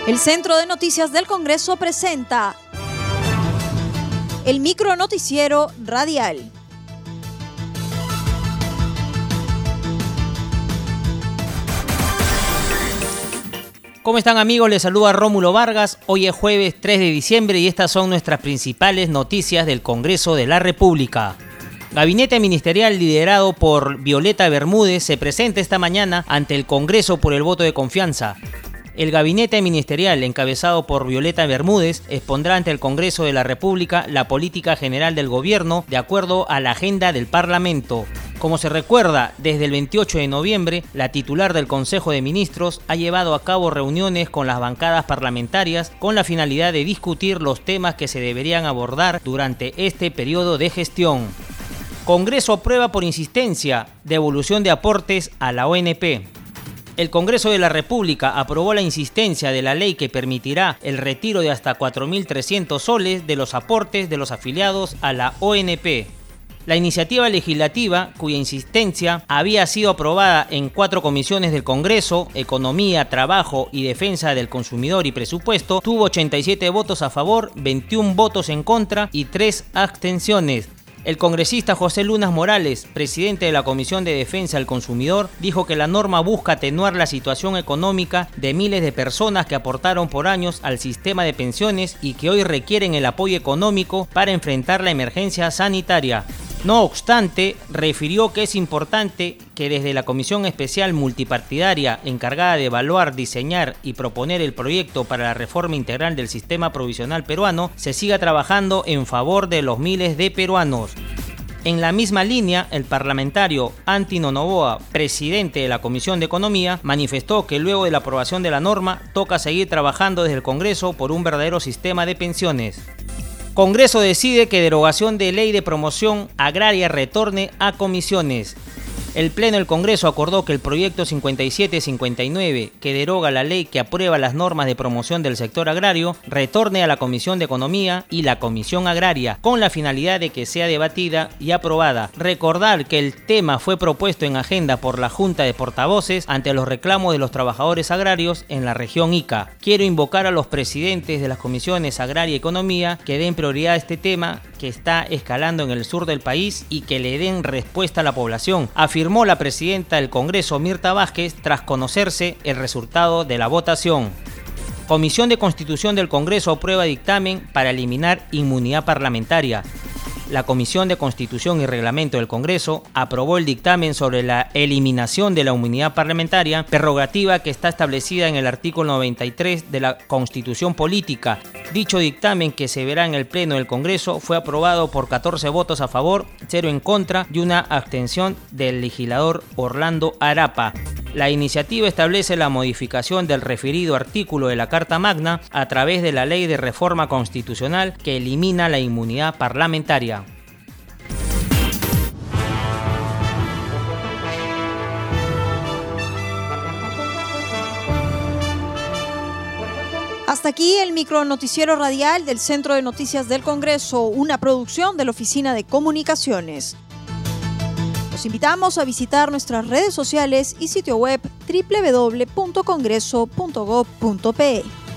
El Centro de Noticias del Congreso presenta el micronoticiero radial. ¿Cómo están, amigos? Les saluda Rómulo Vargas. Hoy es jueves 3 de diciembre y estas son nuestras principales noticias del Congreso de la República. Gabinete ministerial liderado por Violeta Bermúdez se presenta esta mañana ante el Congreso por el voto de confianza. El gabinete ministerial encabezado por Violeta Bermúdez expondrá ante el Congreso de la República la política general del gobierno de acuerdo a la agenda del Parlamento. Como se recuerda, desde el 28 de noviembre, la titular del Consejo de Ministros ha llevado a cabo reuniones con las bancadas parlamentarias con la finalidad de discutir los temas que se deberían abordar durante este periodo de gestión. Congreso aprueba por insistencia devolución de aportes a la ONP. El Congreso de la República aprobó la insistencia de la ley que permitirá el retiro de hasta 4.300 soles de los aportes de los afiliados a la ONP. La iniciativa legislativa, cuya insistencia había sido aprobada en 4 comisiones del Congreso, Economía, Trabajo y Defensa del Consumidor y Presupuesto, tuvo 87 votos a favor, 21 votos en contra y 3 abstenciones. El congresista José Lunas Morales, presidente de la Comisión de Defensa del Consumidor, dijo que la norma busca atenuar la situación económica de miles de personas que aportaron por años al sistema de pensiones y que hoy requieren el apoyo económico para enfrentar la emergencia sanitaria. No obstante, refirió que es importante que desde la Comisión Especial Multipartidaria encargada de evaluar, diseñar y proponer el proyecto para la reforma integral del sistema provisional peruano se siga trabajando en favor de los miles de peruanos. En la misma línea, el parlamentario Antino Novoa, presidente de la Comisión de Economía, manifestó que luego de la aprobación de la norma toca seguir trabajando desde el Congreso por un verdadero sistema de pensiones. Congreso decide que derogación de ley de promoción agraria retorne a comisiones. El Pleno del Congreso acordó que el proyecto 5759, que deroga la ley que aprueba las normas de promoción del sector agrario, retorne a la Comisión de Economía y la Comisión Agraria, con la finalidad de que sea debatida y aprobada. Recordar que el tema fue propuesto en agenda por la Junta de Portavoces ante los reclamos de los trabajadores agrarios en la región Ica. Quiero invocar a los presidentes de las comisiones Agraria y Economía que den prioridad a este tema que está escalando en el sur del país y que le den respuesta a la población, afirmó la presidenta del Congreso, Mirta Vázquez, tras conocerse el resultado de la votación. Comisión de Constitución del Congreso aprueba dictamen para eliminar inmunidad parlamentaria. La Comisión de Constitución y Reglamento del Congreso aprobó el dictamen sobre la eliminación de la inmunidad parlamentaria, prerrogativa que está establecida en el artículo 93 de la Constitución Política. Dicho dictamen, que se verá en el Pleno del Congreso, fue aprobado por 14 votos a favor, 0 en contra y una abstención del legislador Orlando Arapa. La iniciativa establece la modificación del referido artículo de la Carta Magna a través de la Ley de Reforma Constitucional que elimina la inmunidad parlamentaria. Hasta aquí el micronoticiero radial del Centro de Noticias del Congreso, una producción de la Oficina de Comunicaciones. Los invitamos a visitar nuestras redes sociales y sitio web www.congreso.gov.pe.